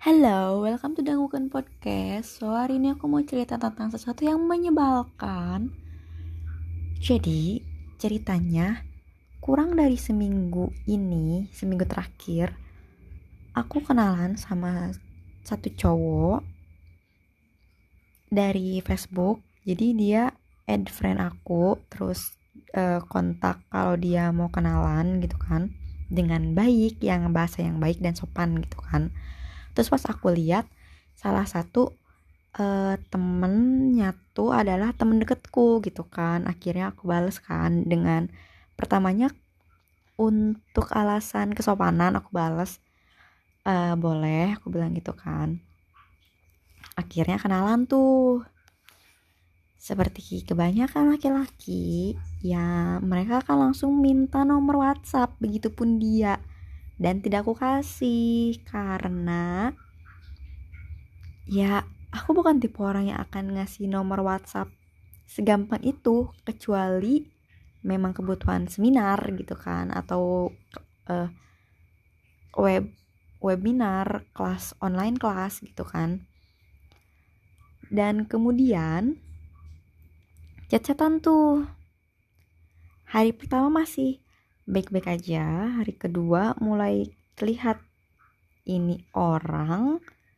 Hello, welcome to Dangukan Podcast. So hari ini aku mau cerita tentang sesuatu yang menyebalkan. Jadi ceritanya kurang dari seminggu terakhir, aku kenalan sama satu cowok dari Facebook. Jadi dia add friend aku, terus kontak kalau dia mau kenalan gitu kan, dengan baik, yang bahasa yang baik dan sopan gitu kan. Terus pas aku lihat salah satu temennya tuh adalah temen deketku gitu kan. Akhirnya aku bales kan dengan pertamanya untuk alasan kesopanan aku bales boleh, aku bilang gitu kan. Akhirnya kenalan tuh. Seperti kebanyakan laki-laki, ya mereka kan langsung minta nomor WhatsApp, begitupun dia. Dan tidak aku kasih karena ya aku bukan tipe orang yang akan ngasih nomor WhatsApp segampang itu, kecuali memang kebutuhan seminar gitu kan, atau uh, webinar, kelas online kelas gitu kan. Dan kemudian chat-chatan tuh. Hari pertama masih baik-baik aja, hari kedua mulai terlihat ini orang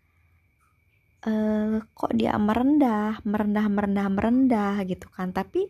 kok dia merendah gitu kan. Tapi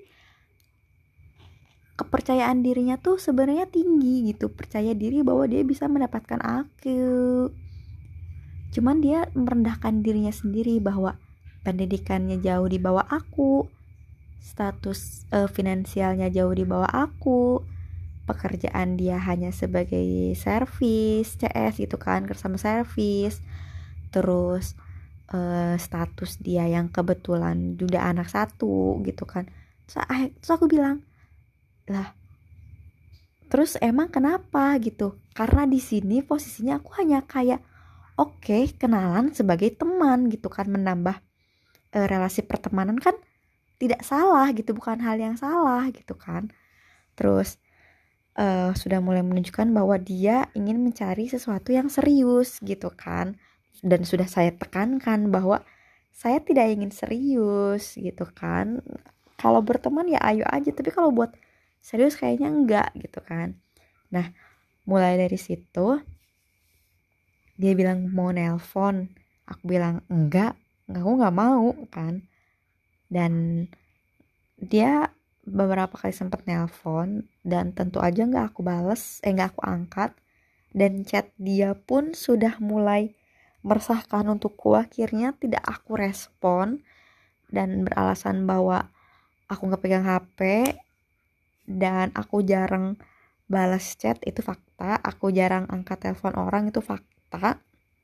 kepercayaan dirinya tuh sebenarnya tinggi gitu, percaya diri bahwa dia bisa mendapatkan aku. Cuman dia merendahkan dirinya sendiri bahwa pendidikannya jauh di bawah aku, status finansialnya jauh di bawah aku, pekerjaan dia hanya sebagai servis CS gitu kan, customer service. Terus status dia yang kebetulan juga anak satu gitu kan. Terus aku bilang, lah terus emang kenapa gitu? Karena di sini posisinya aku hanya kayak oke, kenalan sebagai teman gitu kan, menambah relasi pertemanan kan tidak salah gitu, bukan hal yang salah gitu kan. Terus sudah mulai menunjukkan bahwa dia ingin mencari sesuatu yang serius gitu kan. Dan sudah saya tekankan bahwa saya tidak ingin serius gitu kan. Kalau berteman ya ayo aja, tapi kalau buat serius kayaknya enggak gitu kan. Nah, mulai dari situ dia bilang mau nelpon, aku bilang enggak, aku nggak mau kan. Dan dia beberapa kali sempat nelpon dan tentu aja nggak aku nggak aku angkat. Dan chat dia pun sudah mulai meresahkan untukku. Akhirnya tidak aku respon dan beralasan bahwa aku nggak pegang HP dan aku jarang balas chat, itu fakta. Aku jarang angkat telepon orang, itu fakta.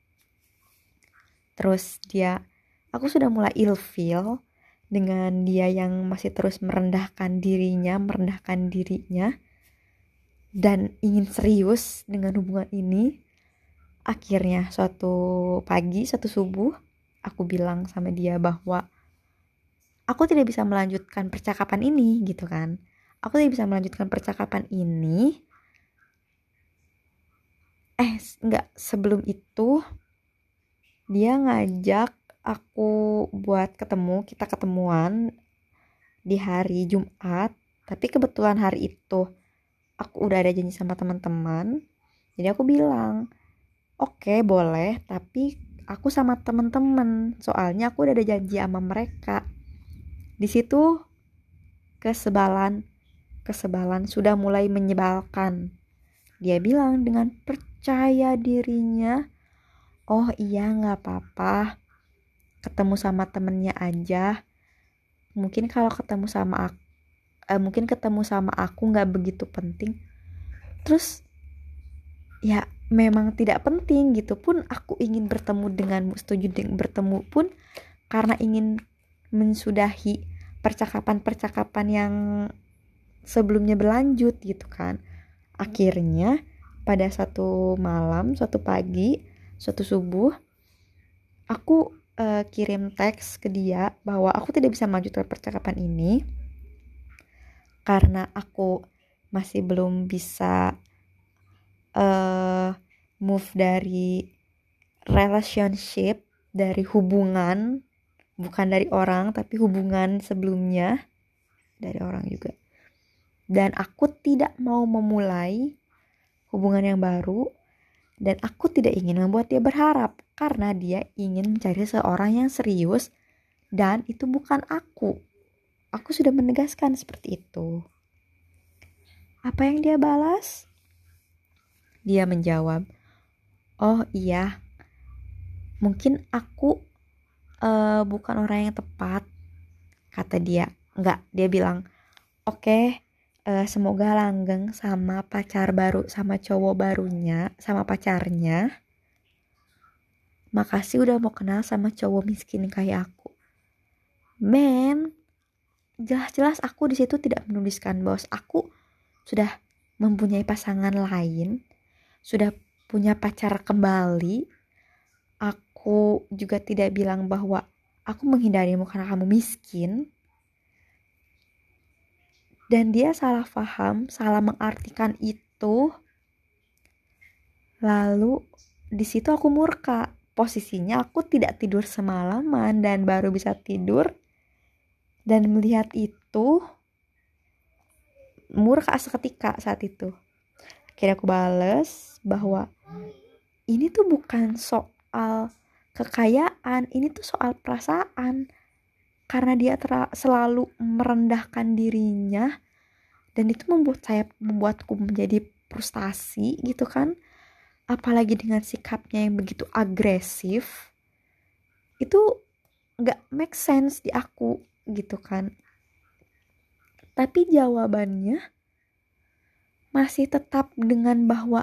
Terus aku sudah mulai ilfeel dengan dia yang masih terus merendahkan dirinya dan ingin serius dengan hubungan ini. Akhirnya suatu subuh, aku bilang sama dia bahwa aku tidak bisa melanjutkan percakapan ini gitu kan. Aku tidak bisa melanjutkan percakapan ini. Enggak, sebelum itu dia ngajak aku buat kita ketemuan di hari Jumat. Tapi kebetulan hari itu aku udah ada janji sama teman-teman. Jadi aku bilang, oke, boleh, tapi aku sama teman-teman. Soalnya aku udah ada janji sama mereka. Di situ kesebalan sudah mulai menyebalkan. Dia bilang dengan percaya dirinya, oh iya nggak apa-apa, ketemu sama temennya aja. Mungkin kalau ketemu sama aku nggak begitu penting. Terus ya memang tidak penting gitu, pun aku ingin bertemu denganmu, setuju dengan bertemu pun karena ingin mensudahi percakapan-percakapan yang sebelumnya berlanjut gitu kan. Akhirnya pada suatu pagi, suatu subuh, aku kirim teks ke dia bahwa aku tidak bisa melanjutkan percakapan ini karena aku masih belum bisa move dari relationship, dari hubungan, bukan dari orang tapi hubungan sebelumnya dari orang juga. Dan aku tidak mau memulai hubungan yang baru, dan aku tidak ingin membuat dia berharap karena dia ingin mencari seorang yang serius, dan itu bukan aku. Aku sudah menegaskan seperti itu. Apa yang dia balas? Dia menjawab, "Oh iya, mungkin aku bukan orang yang tepat," kata dia. Enggak, dia bilang, "Oke, semoga langgeng sama pacar baru, sama cowok barunya, sama pacarnya. Makasih udah mau kenal sama cowok miskin kayak aku." Men, jelas-jelas aku di situ tidak menuliskan bahwa aku sudah mempunyai pasangan lain, sudah punya pacar kembali. Aku juga tidak bilang bahwa aku menghindarimu karena kamu miskin. Dan dia salah paham, salah mengartikan itu. Lalu di situ aku murka. Posisinya aku tidak tidur semalaman dan baru bisa tidur. Dan melihat itu, murka seketika saat itu. Akhirnya aku bales bahwa ini tuh bukan soal kekayaan, ini tuh soal perasaan. Karena dia selalu merendahkan dirinya, dan itu membuatku menjadi frustasi gitu kan. Apalagi dengan sikapnya yang begitu agresif, itu gak make sense di aku gitu kan. Tapi jawabannya masih tetap dengan bahwa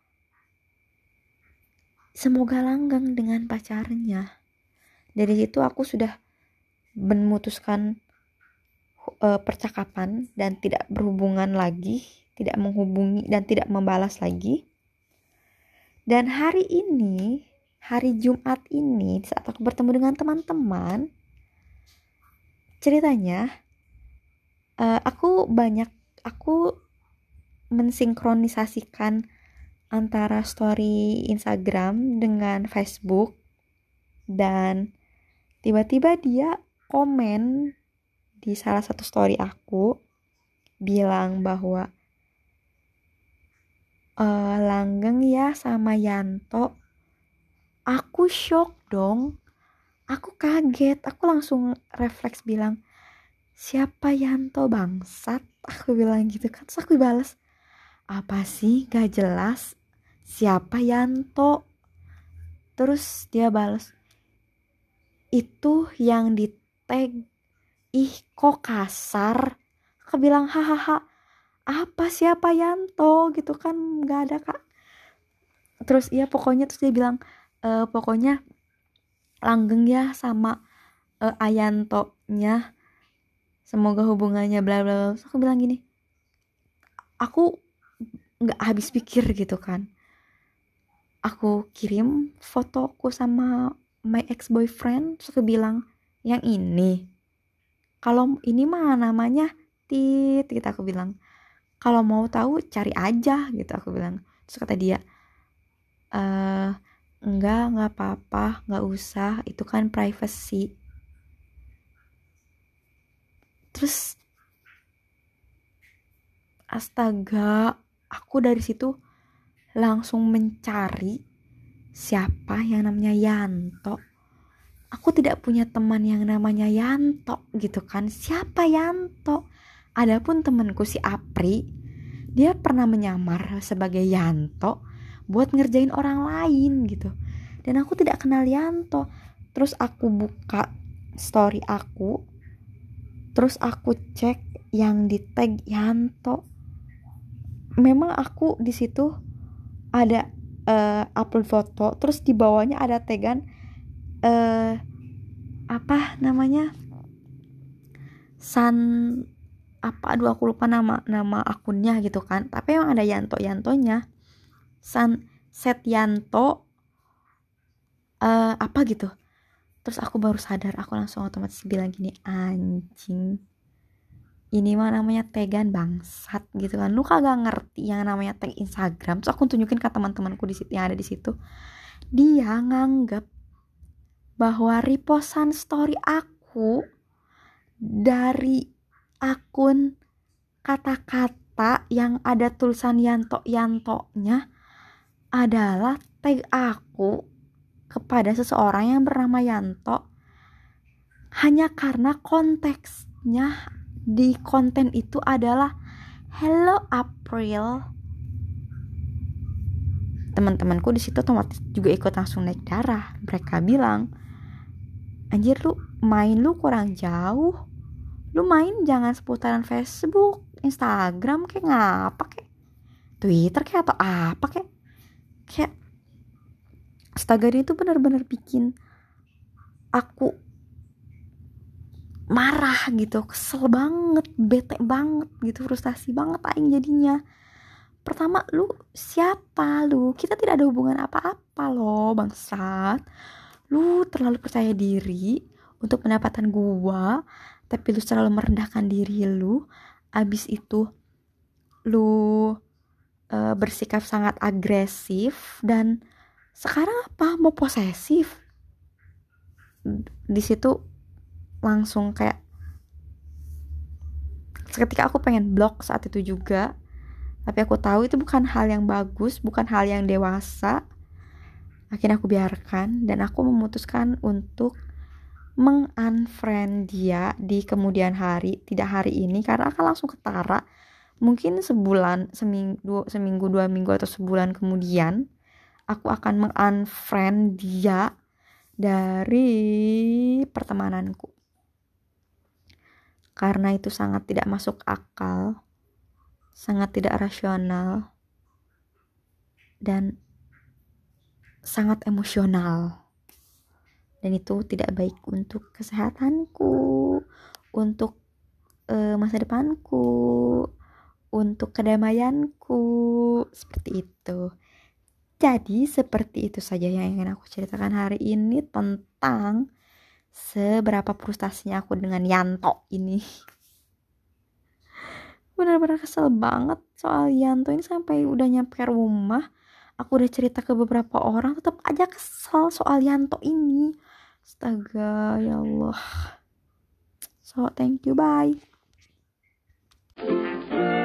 semoga langgeng dengan pacarnya. Dari situ aku sudah memutuskan percakapan dan tidak berhubungan lagi, tidak menghubungi dan tidak membalas lagi. Dan hari ini, hari Jumat ini, saat aku bertemu dengan teman-teman, ceritanya aku mensinkronisasikan antara story Instagram dengan Facebook, dan tiba-tiba dia komen di salah satu story aku bilang bahwa langgeng ya sama Yanto. Aku shock dong, aku kaget, aku langsung refleks bilang, "Siapa Yanto bangsat?" Aku bilang gitu kan. Terus aku balas, "Apa sih gak jelas, siapa Yanto?" Terus dia balas, "Itu yang di tag, ih kok kasar." Aku bilang, "Hahaha, apa siapa Yanto?" gitu kan, gak ada kak. Terus dia bilang, pokoknya langgeng ya sama Ayanto nya, semoga hubungannya bla bla bla." Aku bilang gini, aku nggak habis pikir gitu kan. Aku kirim fotoku sama my ex boyfriend, terus aku bilang, "Yang ini, kalau ini mah namanya tit," gitu aku bilang, "kalau mau tahu cari aja," gitu aku bilang. Terus kata dia, nggak apa-apa, nggak usah, itu kan privacy." Terus astaga, aku dari situ langsung mencari siapa yang namanya Yanto. Aku tidak punya teman yang namanya Yanto gitu kan. Siapa Yanto? Adapun temanku si Apri, dia pernah menyamar sebagai Yanto buat ngerjain orang lain gitu. Dan aku tidak kenal Yanto. Terus aku buka story aku, terus aku cek yang di tag Yanto. Memang aku di situ ada upload foto, terus di bawahnya ada tagan apa namanya, San apa, aduh aku lupa nama akunnya gitu kan, tapi emang ada Yantonya, San Setyanto apa gitu. Terus aku baru sadar, aku langsung otomatis bilang gini, "Anjing, ini mah namanya tegan bangsat," gitu kan. "Lu kagak ngerti yang namanya tag Instagram?" Terus aku tunjukin ke teman-temanku di situ yang ada di situ. Dia nganggap bahwa repostan story aku dari akun kata-kata yang ada tulisan Yanto-Yantonya adalah tag aku kepada seseorang yang bernama Yanto, hanya karena konteksnya di konten itu adalah Hello April. Teman-temanku di situ otomatis juga ikut langsung naik darah. Mereka bilang, anjir lu kurang jauh. Lu main jangan seputaran Facebook, Instagram kayak ngapa kayak Twitter kayak atau apa kayak astaga, dia itu benar-benar bikin aku marah gitu, kesel banget, bete banget gitu, frustasi banget aing jadinya. Pertama, lu siapa lu? Kita tidak ada hubungan apa-apa loh, bangsat. Lu terlalu percaya diri untuk pendapatan gua, tapi lu selalu merendahkan diri lu. Abis itu lu bersikap sangat agresif, dan sekarang apa? Mau posesif? Di situ langsung kayak seketika aku pengen blok saat itu juga. Tapi aku tahu itu bukan hal yang bagus, bukan hal yang dewasa. Akhirnya aku biarkan dan aku memutuskan untuk meng-unfriend dia di kemudian hari, tidak hari ini karena akan langsung ketara. Mungkin seminggu, 2 minggu atau sebulan kemudian aku akan meng-unfriend dia dari pertemananku. Karena itu sangat tidak masuk akal, sangat tidak rasional, dan sangat emosional. Dan itu tidak baik untuk kesehatanku, untuk masa depanku, untuk kedamaianku, seperti itu. Jadi seperti itu saja yang ingin aku ceritakan hari ini tentang seberapa frustasinya aku dengan Yanto ini. Benar-benar kesel banget soal Yanto ini, sampai udah nyampe rumah aku udah cerita ke beberapa orang, tetap aja kesel soal Yanto ini. Astaga, ya Allah. So, thank you, bye.